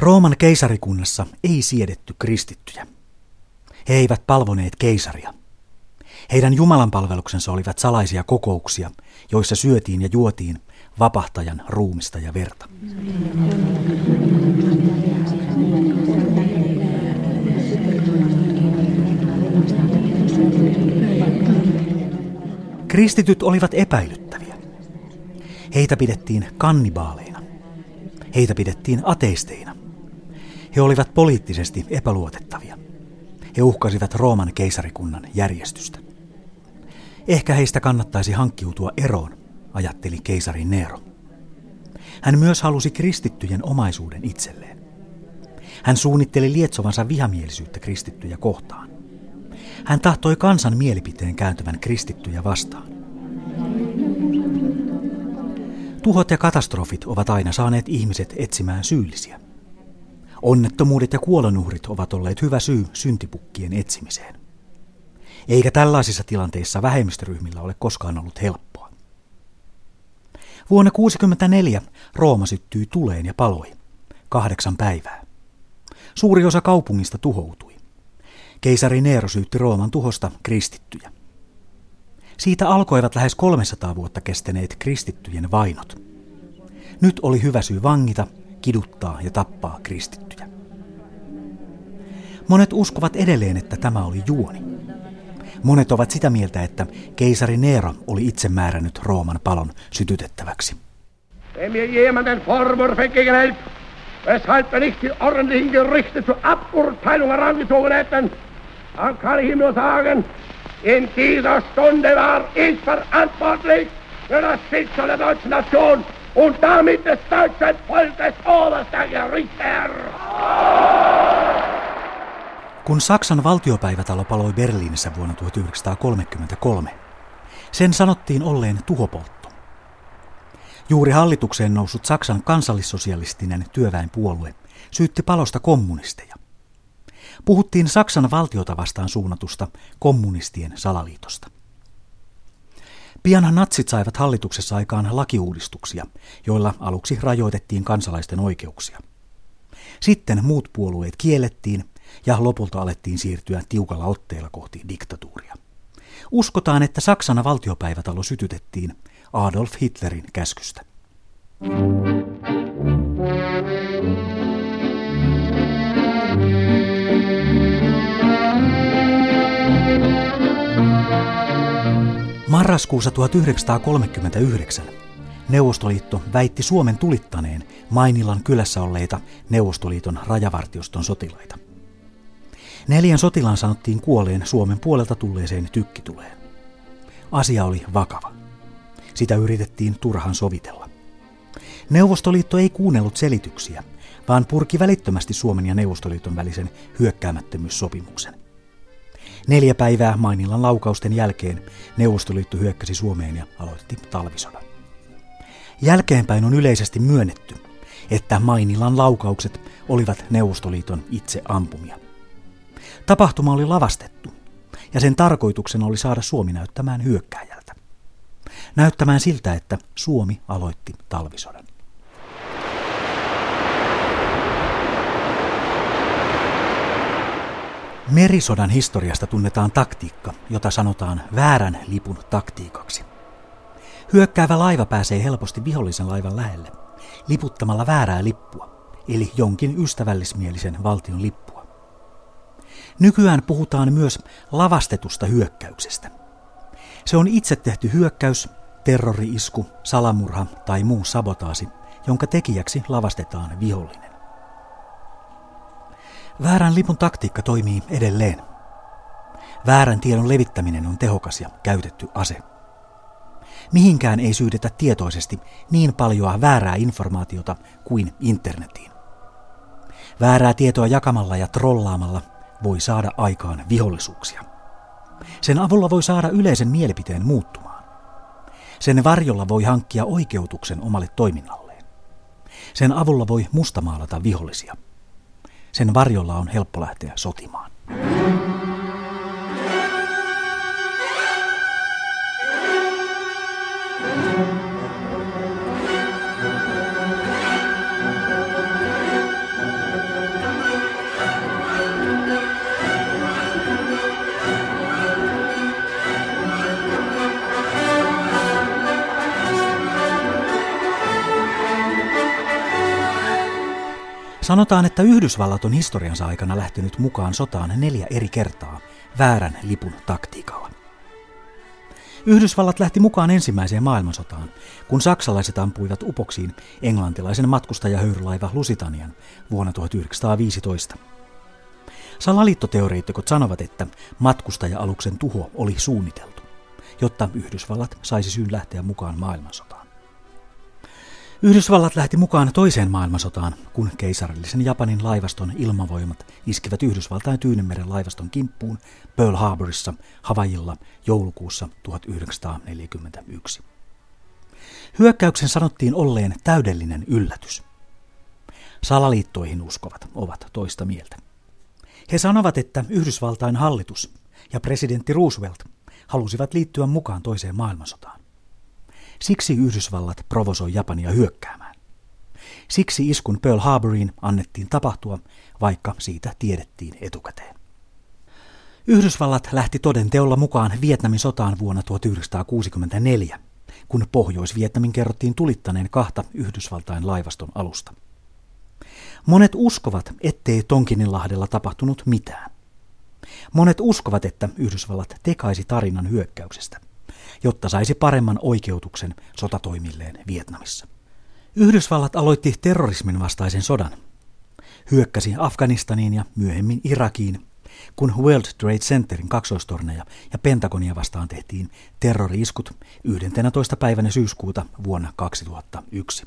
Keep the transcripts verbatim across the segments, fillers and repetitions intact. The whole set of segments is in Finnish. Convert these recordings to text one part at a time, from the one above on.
Rooman keisarikunnassa ei siedetty kristittyjä. He eivät palvoneet keisaria. Heidän jumalanpalveluksensa olivat salaisia kokouksia, joissa syötiin ja juotiin vapahtajan ruumista ja verta. Kristityt olivat epäilyttäviä. Heitä pidettiin kannibaaleina. Heitä pidettiin ateisteina. He olivat poliittisesti epäluotettavia. He uhkasivat Rooman keisarikunnan järjestystä. Ehkä heistä kannattaisi hankkiutua eroon, ajatteli keisari Nero. Hän myös halusi kristittyjen omaisuuden itselleen. Hän suunnitteli lietsovansa vihamielisyyttä kristittyjä kohtaan. Hän tahtoi kansan mielipiteen kääntyvän kristittyjä vastaan. Tuhot ja katastrofit ovat aina saaneet ihmiset etsimään syyllisiä. Onnettomuudet ja kuolonuhrit ovat olleet hyvä syy syntipukkien etsimiseen. Eikä tällaisissa tilanteissa vähemmistöryhmillä ole koskaan ollut helppoa. Vuonna kuusikymmentäneljä Rooma syttyi tuleen ja paloi. Kahdeksan päivää. Suuri osa kaupungista tuhoutui. Keisari Nero syytti Rooman tuhosta kristittyjä. Siitä alkoivat lähes kolmesataa vuotta kestäneet kristittyjen vainot. Nyt oli hyvä syy vangita, kiduttaa ja tappaa kristittyjä. Monet uskovat edelleen, että tämä oli juoni. Monet ovat sitä mieltä, että keisari Nero oli itse määrännyt Rooman palon sytytettäväksi. Wenn mir jemand den Vorwurf entgegenhält, weshalb wir nicht die ordentlichen Gerichte zur Aburteilung herangezogen hätten, dann kann ich ihm nur sagen, in dieser Stunde war ich verantwortlich für das Schicksal der deutschen Nation und damit des deutschen Volkes oberster Gerichtsherr. Kun Saksan valtiopäivätalo paloi Berliinissä vuonna tuhatyhdeksänsataakolmekymmentäkolme, sen sanottiin olleen tuhopoltto. Juuri hallitukseen noussut Saksan kansallissosialistinen työväenpuolue syytti palosta kommunisteja. Puhuttiin Saksan valtiota vastaan suunnatusta kommunistien salaliitosta. Pianhan natsit saivat hallituksessa aikaan lakiuudistuksia, joilla aluksi rajoitettiin kansalaisten oikeuksia. Sitten muut puolueet kiellettiin ja lopulta alettiin siirtyä tiukalla otteella kohti diktatuuria. Uskotaan, että Saksan valtiopäivätalo sytytettiin Adolf Hitlerin käskystä. Marraskuussa tuhatyhdeksänsataakolmekymmentäyhdeksän Neuvostoliitto väitti Suomen tulittaneen Mainilan kylässä olleita Neuvostoliiton rajavartioston sotilaita. Neljän sotilaan sanottiin kuolleen Suomen puolelta tulleeseen tykkituleen. Asia oli vakava. Sitä yritettiin turhaan sovitella. Neuvostoliitto ei kuunnellut selityksiä, vaan purki välittömästi Suomen ja Neuvostoliiton välisen hyökkäämättömyyssopimuksen. Neljä päivää Mainilan laukausten jälkeen Neuvostoliitto hyökkäsi Suomeen ja aloitti talvisodan. Jälkeenpäin on yleisesti myönnetty, että Mainilan laukaukset olivat Neuvostoliiton itse ampumia. Tapahtuma oli lavastettu, ja sen tarkoituksena oli saada Suomi näyttämään hyökkääjältä. Näyttämään siltä, että Suomi aloitti talvisodan. Merisodan historiasta tunnetaan taktiikka, jota sanotaan väärän lipun taktiikaksi. Hyökkäävä laiva pääsee helposti vihollisen laivan lähelle liputtamalla väärää lippua, eli jonkin ystävällismielisen valtion lippua. Nykyään puhutaan myös lavastetusta hyökkäyksestä. Se on itse tehty hyökkäys, terrori-isku, salamurha tai muu sabotaasi, jonka tekijäksi lavastetaan vihollinen. Väärän lipun taktiikka toimii edelleen. Väärän tiedon levittäminen on tehokas ja käytetty ase. Mihinkään ei syydetä tietoisesti niin paljoa väärää informaatiota kuin internetiin. Väärää tietoa jakamalla ja trollaamalla voi saada aikaan vihollisuuksia. Sen avulla voi saada yleisen mielipiteen muuttumaan. Sen varjolla voi hankkia oikeutuksen omalle toiminnalleen. Sen avulla voi mustamaalata vihollisia. Sen varjolla on helppo lähteä sotimaan. Sanotaan, että Yhdysvallat on historiansa aikana lähtenyt mukaan sotaan neljä eri kertaa väärän lipun taktiikalla. Yhdysvallat lähti mukaan ensimmäiseen maailmansotaan, kun saksalaiset ampuivat upoksiin englantilaisen matkustajahöyrylaiva Lusitanian vuonna tuhatyhdeksänsataaviisitoista. Salaliittoteoreetikot sanovat, että matkustaja-aluksen tuho oli suunniteltu, jotta Yhdysvallat saisi syyn lähteä mukaan maailmansotaan. Yhdysvallat lähti mukaan toiseen maailmansotaan, kun keisarillisen Japanin laivaston ilmavoimat iskivät Yhdysvaltain Tyynenmeren laivaston kimppuun Pearl Harborissa Havaijilla joulukuussa tuhatyhdeksänsataaneljäkymmentäyksi. Hyökkäyksen sanottiin olleen täydellinen yllätys. Salaliittoihin uskovat ovat toista mieltä. He sanovat, että Yhdysvaltain hallitus ja presidentti Roosevelt halusivat liittyä mukaan toiseen maailmansotaan. Siksi Yhdysvallat provosoi Japania hyökkäämään. Siksi iskun Pearl Harboriin annettiin tapahtua, vaikka siitä tiedettiin etukäteen. Yhdysvallat lähti toden teolla mukaan Vietnamin sotaan vuonna tuhatyhdeksänsataakuusikymmentäneljä, kun Pohjois-Vietnamin kerrottiin tulittaneen kahta Yhdysvaltain laivaston alusta. Monet uskovat, ettei Tonkininlahdella tapahtunut mitään. Monet uskovat, että Yhdysvallat tekaisi tarinan hyökkäyksestä, jotta saisi paremman oikeutuksen sotatoimilleen Vietnamissa. Yhdysvallat aloitti terrorismin vastaisen sodan. Hyökkäsi Afganistaniin ja myöhemmin Irakiin, kun World Trade Centerin kaksoistorneja ja Pentagonia vastaan tehtiin terrori-iskut yhdentenätoista päivänä syyskuuta vuonna kaksituhattayksi.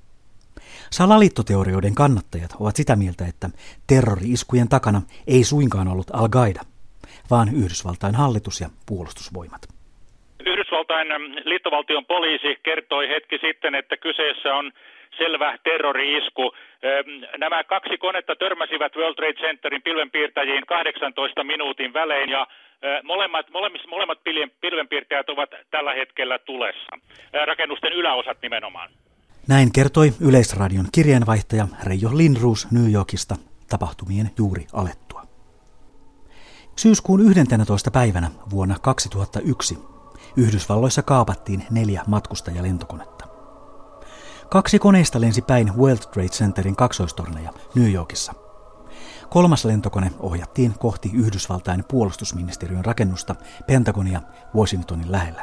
Salaliittoteorioiden kannattajat ovat sitä mieltä, että terrori-iskujen takana ei suinkaan ollut Al-Qaida, vaan Yhdysvaltain hallitus ja puolustusvoimat. Yhdysvaltain liittovaltion poliisi kertoi hetki sitten, että kyseessä on selvä terrori-isku. Nämä kaksi konetta törmäsivät World Trade Centerin pilvenpiirtäjiin kahdeksantoista minuutin välein ja molemmat, molemmat, molemmat pilvenpiirtäjät ovat tällä hetkellä tulessa. Rakennusten yläosat nimenomaan. Näin kertoi Yleisradion kirjeenvaihtaja Reijo Lindroos New Yorkista tapahtumien juuri alettua. Syyskuun yhdentenätoista päivänä vuonna kaksituhattayksi Yhdysvalloissa kaapattiin neljä matkustajalentokonetta. Kaksi koneista lensi päin World Trade Centerin kaksoistorneja New Yorkissa. Kolmas lentokone ohjattiin kohti Yhdysvaltain puolustusministeriön rakennusta Pentagonia Washingtonin lähellä.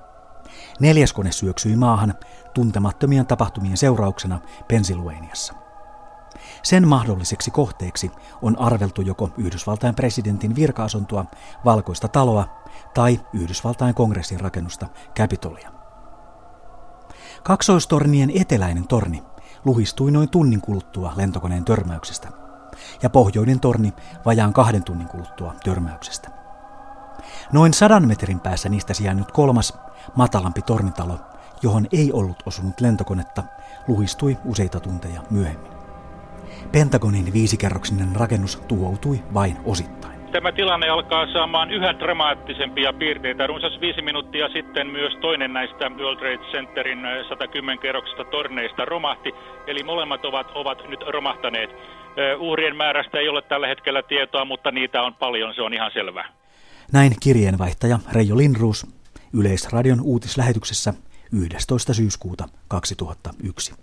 Neljäs kone syöksyi maahan tuntemattomien tapahtumien seurauksena Pennsylvaniassa. Sen mahdolliseksi kohteeksi on arveltu joko Yhdysvaltain presidentin virka-asuntoa, Valkoista taloa tai Yhdysvaltain kongressin rakennusta Capitolia. Kaksoistornien eteläinen torni luhistui noin tunnin kuluttua lentokoneen törmäyksestä ja pohjoinen torni vajaan kahden tunnin kuluttua törmäyksestä. Noin sadan metrin päässä niistä sijainnut kolmas, matalampi tornitalo, johon ei ollut osunut lentokonetta, luhistui useita tunteja myöhemmin. Pentagonin viisikerroksinen rakennus tuhoutui vain osittain. Tämä tilanne alkaa saamaan yhä dramaattisempia piirteitä. Runsas viisi minuuttia sitten myös toinen näistä World Trade Centerin sata kymmenen kerroksista torneista romahti, eli molemmat ovat, ovat nyt romahtaneet. Uhrien määrästä ei ole tällä hetkellä tietoa, mutta niitä on paljon, se on ihan selvää. Näin kirjeenvaihtaja Reijo Lindroos Yleisradion uutislähetyksessä yhdestoista syyskuuta kaksituhattayksi.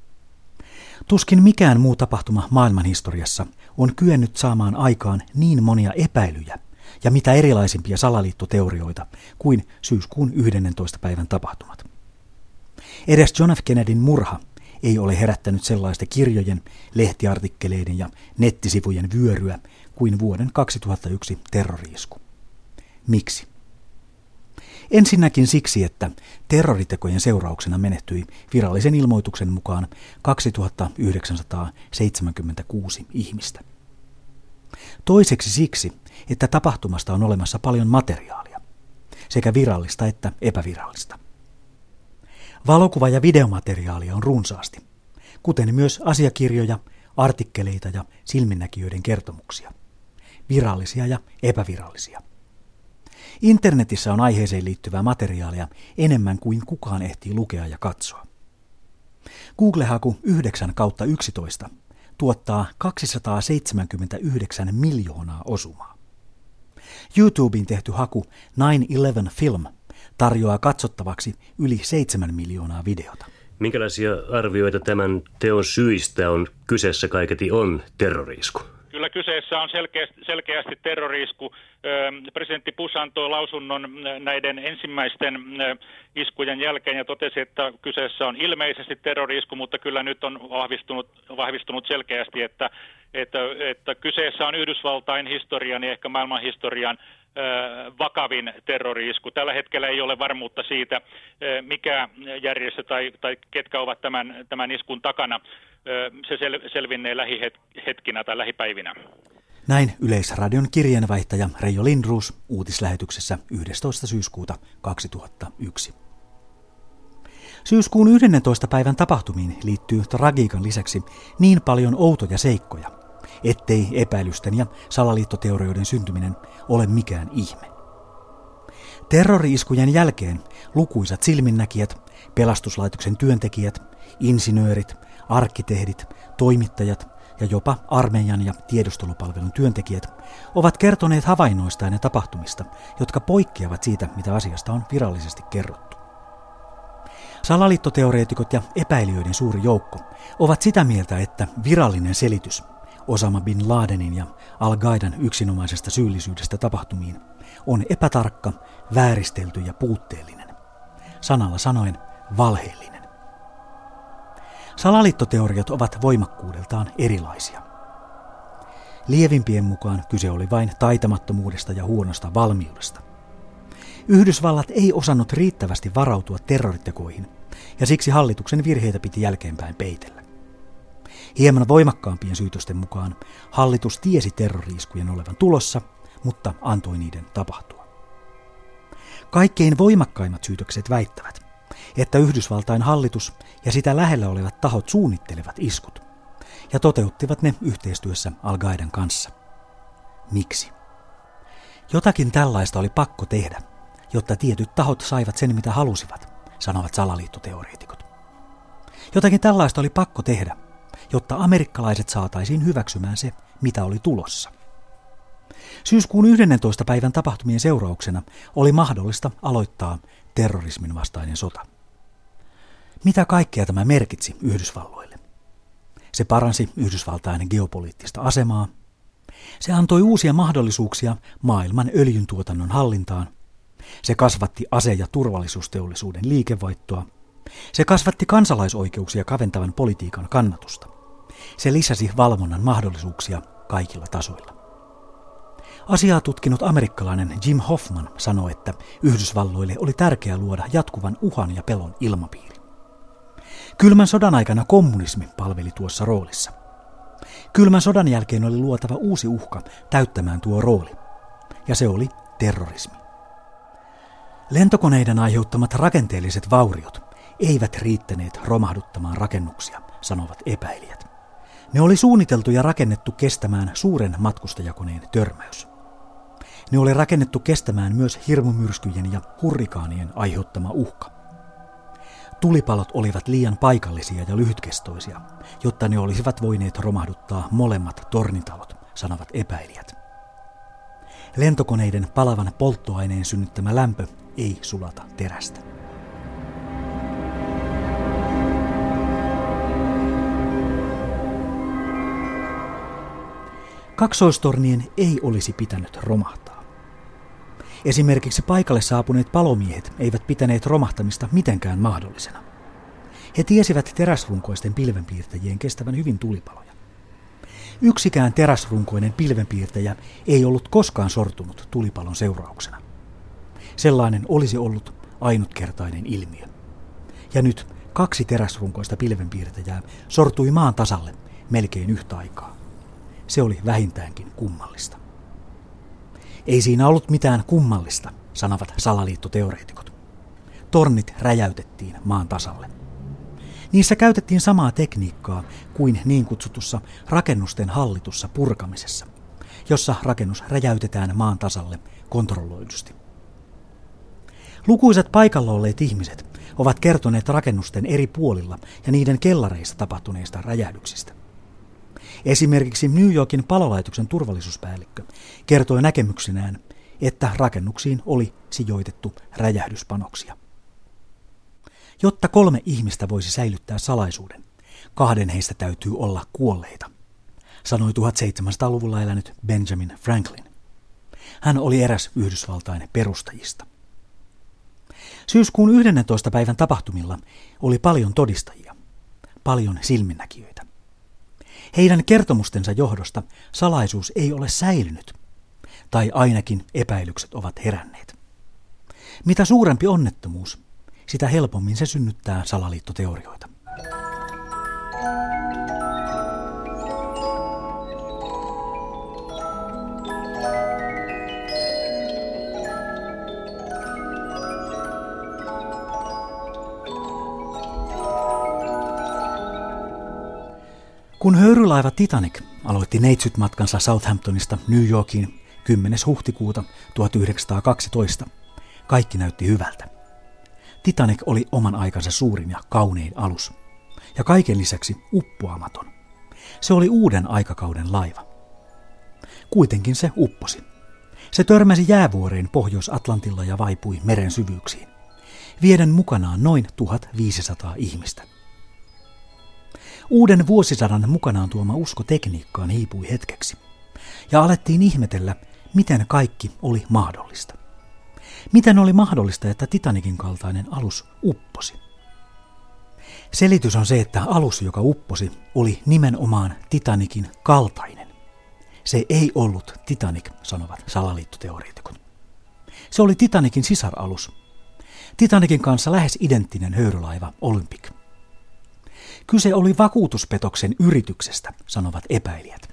Tuskin mikään muu tapahtuma maailmanhistoriassa on kyennyt saamaan aikaan niin monia epäilyjä ja mitä erilaisimpia salaliittoteorioita kuin syyskuun yhdennentoista päivän tapahtumat. Edes John F. Kennedyn murha ei ole herättänyt sellaista kirjojen, lehtiartikkeleiden ja nettisivujen vyöryä kuin vuoden kaksituhattayksi terrori-isku. Miksi? Ensinnäkin siksi, että terroritekojen seurauksena menehtyi virallisen ilmoituksen mukaan kaksituhattayhdeksänsataaseitsemänkymmentäkuusi ihmistä. Toiseksi siksi, että tapahtumasta on olemassa paljon materiaalia, sekä virallista että epävirallista. Valokuva- ja videomateriaalia on runsaasti, kuten myös asiakirjoja, artikkeleita ja silminnäkijöiden kertomuksia, virallisia ja epävirallisia. Internetissä on aiheeseen liittyvää materiaalia enemmän kuin kukaan ehtii lukea ja katsoa. Google-haku yhdeksän kautta yksitoista tuottaa kaksisataaseitsemänkymmentäyhdeksän miljoonaa osumaa. YouTubeen tehty haku nine eleven Film tarjoaa katsottavaksi yli seitsemän miljoonaa videota. Minkälaisia arvioita tämän teon syistä on kyseessä kaiketi on terrori-isku? Kyllä kyseessä on selkeästi, selkeästi terrori-isku. Presidentti Bush antoi lausunnon näiden ensimmäisten iskujen jälkeen ja totesi, että kyseessä on ilmeisesti terrori-isku, mutta kyllä nyt on vahvistunut, vahvistunut selkeästi, että, että, että kyseessä on Yhdysvaltain historian ja ehkä maailman historian vakavin terrori-isku. Tällä hetkellä ei ole varmuutta siitä, mikä järjestö tai, tai ketkä ovat tämän, tämän iskun takana. Se sel, selvinnee lähihetkinä tai lähipäivinä. Näin Yleisradion kirjeenvaihtaja Reijo Lindroos uutislähetyksessä yhdestoista syyskuuta kaksituhattayksi. Syyskuun yhdennentoista päivän tapahtumiin liittyy tragiikan lisäksi niin paljon outoja seikkoja, ettei epäilysten ja salaliittoteorioiden syntyminen ole mikään ihme. Terrori-iskujen jälkeen lukuisat silminnäkijät, pelastuslaitoksen työntekijät, insinöörit, arkkitehdit, toimittajat ja jopa armeijan ja tiedustelupalvelun työntekijät ovat kertoneet havainnoistaan ja tapahtumista, jotka poikkeavat siitä, mitä asiasta on virallisesti kerrottu. Salaliittoteoreetikot ja epäilijöiden suuri joukko ovat sitä mieltä, että virallinen selitys Osama bin Ladenin ja Al-Qaidan yksinomaisesta syyllisyydestä tapahtumiin on epätarkka, vääristelty ja puutteellinen. Sanalla sanoen valheellinen. Salaliittoteoriat ovat voimakkuudeltaan erilaisia. Lievimpien mukaan kyse oli vain taitamattomuudesta ja huonosta valmiudesta. Yhdysvallat ei osannut riittävästi varautua terroritekoihin, ja siksi hallituksen virheitä piti jälkeenpäin peitellä. Hieman voimakkaampien syytösten mukaan hallitus tiesi terrori-iskujen olevan tulossa, mutta antoi niiden tapahtua. Kaikkein voimakkaimmat syytökset väittävät, että Yhdysvaltain hallitus ja sitä lähellä olevat tahot suunnittelevat iskut ja toteuttivat ne yhteistyössä Al-Qaidan kanssa. Miksi? Jotakin tällaista oli pakko tehdä, jotta tietyt tahot saivat sen mitä halusivat, sanovat salaliittoteoreetikot. Jotakin tällaista oli pakko tehdä, jotta amerikkalaiset saataisiin hyväksymään se, mitä oli tulossa. Syyskuun yhdennentoista päivän tapahtumien seurauksena oli mahdollista aloittaa terrorismin vastainen sota. Mitä kaikkea tämä merkitsi Yhdysvalloille? Se paransi Yhdysvaltain geopoliittista asemaa. Se antoi uusia mahdollisuuksia maailman öljyntuotannon hallintaan. Se kasvatti ase- ja turvallisuusteollisuuden liikevaihtoa. Se kasvatti kansalaisoikeuksia kaventavan politiikan kannatusta. Se lisäsi valvonnan mahdollisuuksia kaikilla tasoilla. Asiaa tutkinut amerikkalainen Jim Hoffman sanoi, että Yhdysvalloille oli tärkeää luoda jatkuvan uhan ja pelon ilmapiiri. Kylmän sodan aikana kommunismi palveli tuossa roolissa. Kylmän sodan jälkeen oli luotava uusi uhka täyttämään tuo rooli, ja se oli terrorismi. Lentokoneiden aiheuttamat rakenteelliset vauriot eivät riittäneet romahduttamaan rakennuksia, sanovat epäilijät. Ne oli suunniteltu ja rakennettu kestämään suuren matkustajakoneen törmäys. Ne oli rakennettu kestämään myös hirmumyrskyjen ja hurrikaanien aiheuttama uhka. Tulipalot olivat liian paikallisia ja lyhytkestoisia, jotta ne olisivat voineet romahduttaa molemmat tornitalot, sanovat epäilijät. Lentokoneiden palavan polttoaineen synnyttämä lämpö ei sulata terästä. Kaksoistornien ei olisi pitänyt romahtaa. Esimerkiksi paikalle saapuneet palomiehet eivät pitäneet romahtamista mitenkään mahdollisena. He tiesivät teräsrunkoisten pilvenpiirtäjien kestävän hyvin tulipaloja. Yksikään teräsrunkoinen pilvenpiirtäjä ei ollut koskaan sortunut tulipalon seurauksena. Sellainen olisi ollut ainutkertainen ilmiö. Ja nyt kaksi teräsrunkoista pilvenpiirtäjää sortui maan tasalle melkein yhtä aikaa. Se oli vähintäänkin kummallista. Ei siinä ollut mitään kummallista, sanovat salaliittoteoreetikot. Tornit räjäytettiin maan tasalle. Niissä käytettiin samaa tekniikkaa kuin niin kutsutussa rakennusten hallitussa purkamisessa, jossa rakennus räjäytetään maan tasalle kontrolloidusti. Lukuisat paikalla olleet ihmiset ovat kertoneet rakennusten eri puolilla ja niiden kellareissa tapahtuneista räjähdyksistä. Esimerkiksi New Yorkin palolaitoksen turvallisuuspäällikkö kertoi näkemyksenään, että rakennuksiin oli sijoitettu räjähdyspanoksia. Jotta kolme ihmistä voisi säilyttää salaisuuden, kahden heistä täytyy olla kuolleita, sanoi tuhatseitsemänsataaluvulla elänyt Benjamin Franklin. Hän oli eräs Yhdysvaltain perustajista. Syyskuun yhdennentoista päivän tapahtumilla oli paljon todistajia, paljon silminnäkijöitä. Heidän kertomustensa johdosta salaisuus ei ole säilynyt, tai ainakin epäilykset ovat heränneet. Mitä suurempi onnettomuus, sitä helpommin se synnyttää salaliittoteorioita. Kun höyrylaiva Titanic aloitti neitsytmatkansa Southamptonista New Yorkiin kymmenes huhtikuuta tuhatyhdeksänsataakaksitoista, kaikki näytti hyvältä. Titanic oli oman aikansa suurin ja kaunein alus, ja kaiken lisäksi uppoamaton. Se oli uuden aikakauden laiva. Kuitenkin se upposi. Se törmäsi jäävuoreen Pohjois-Atlantilla ja vaipui meren syvyyksiin, vieden mukanaan noin tuhatviisisataa ihmistä. Uuden vuosisadan mukanaan tuoma usko tekniikkaan hiipui hetkeksi, ja alettiin ihmetellä, miten kaikki oli mahdollista. Miten oli mahdollista, että Titanicin kaltainen alus upposi? Selitys on se, että alus, joka upposi, oli nimenomaan Titanicin kaltainen. Se ei ollut Titanic, sanovat salaliittoteoreetikot. Se oli Titanicin sisaralus. Titanicin kanssa lähes identtinen höyrylaiva Olympic. Kyse oli vakuutuspetoksen yrityksestä, sanovat epäilijät.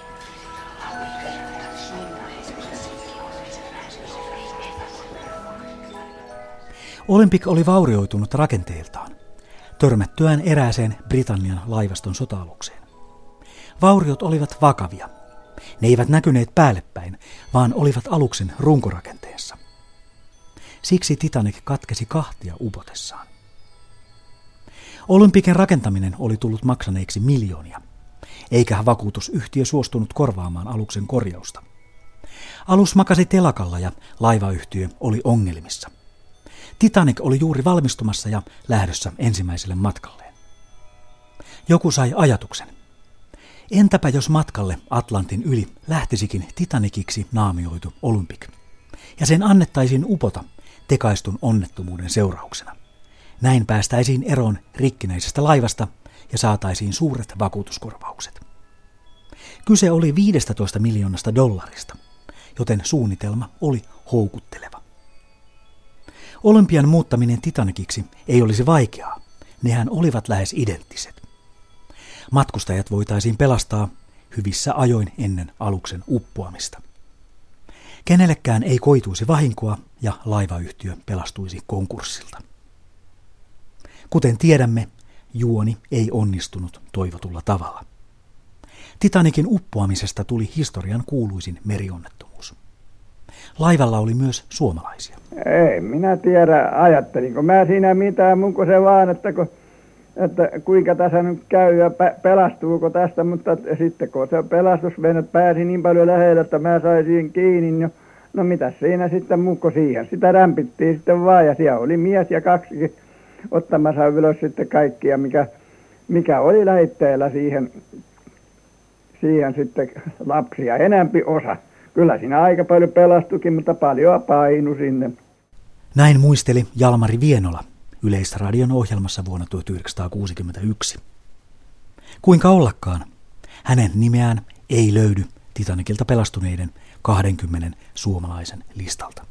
Olympic oli vaurioitunut rakenteiltaan, törmättyään erääseen Britannian laivaston sota-alukseen. Vauriot olivat vakavia. Ne eivät näkyneet päällepäin, vaan olivat aluksen runkorakenteessa. Siksi Titanic katkesi kahtia upotessaan. Olympicin rakentaminen oli tullut maksaneeksi miljoonia, eikä vakuutusyhtiö suostunut korvaamaan aluksen korjausta. Alus makasi telakalla ja laivayhtiö oli ongelmissa. Titanic oli juuri valmistumassa ja lähdössä ensimmäiselle matkalleen. Joku sai ajatuksen. Entäpä jos matkalle Atlantin yli lähtisikin Titaniciksi naamioitu Olympic, ja sen annettaisiin upota tekaistun onnettomuuden seurauksena. Näin päästäisiin eroon rikkinäisestä laivasta ja saataisiin suuret vakuutuskorvaukset. Kyse oli viisitoista miljoonasta dollarista, joten suunnitelma oli houkutteleva. Olympian muuttaminen Titaniciksi ei olisi vaikeaa, nehän olivat lähes identtiset. Matkustajat voitaisiin pelastaa hyvissä ajoin ennen aluksen uppoamista. Kenellekään ei koituisi vahinkoa ja laivayhtiö pelastuisi konkurssilta. Kuten tiedämme, juoni ei onnistunut toivotulla tavalla. Titanicin uppoamisesta tuli historian kuuluisin merionnettomuus. Laivalla oli myös suomalaisia. Ei minä tiedä, ajattelinko mä siinä mitään, mun kuin se vaan, että, kun, että kuinka tässä nyt käy ja pelastuuko tästä, mutta sitten kun se pelastusvene pääsi niin paljon lähelle, että mä saisin kiinni, no, no mitä siinä sitten muukko siihen. Sitä rämpittiin sitten vaan ja siellä oli mies ja kaksikin ottamassa ylös sitten kaikkia, mikä, mikä oli lähetteellä siihen, siihen sitten lapsia, enempi osa. Kyllä siinä aika paljon pelastukin, mutta paljon painu sinne. Näin muisteli Jalmari Vienola Yleisradion ohjelmassa vuonna tuhatyhdeksänsataakuusikymmentäyksi. Kuinka ollakaan, hänen nimeään ei löydy Titanicilta pelastuneiden kahdenkymmenen suomalaisen listalta.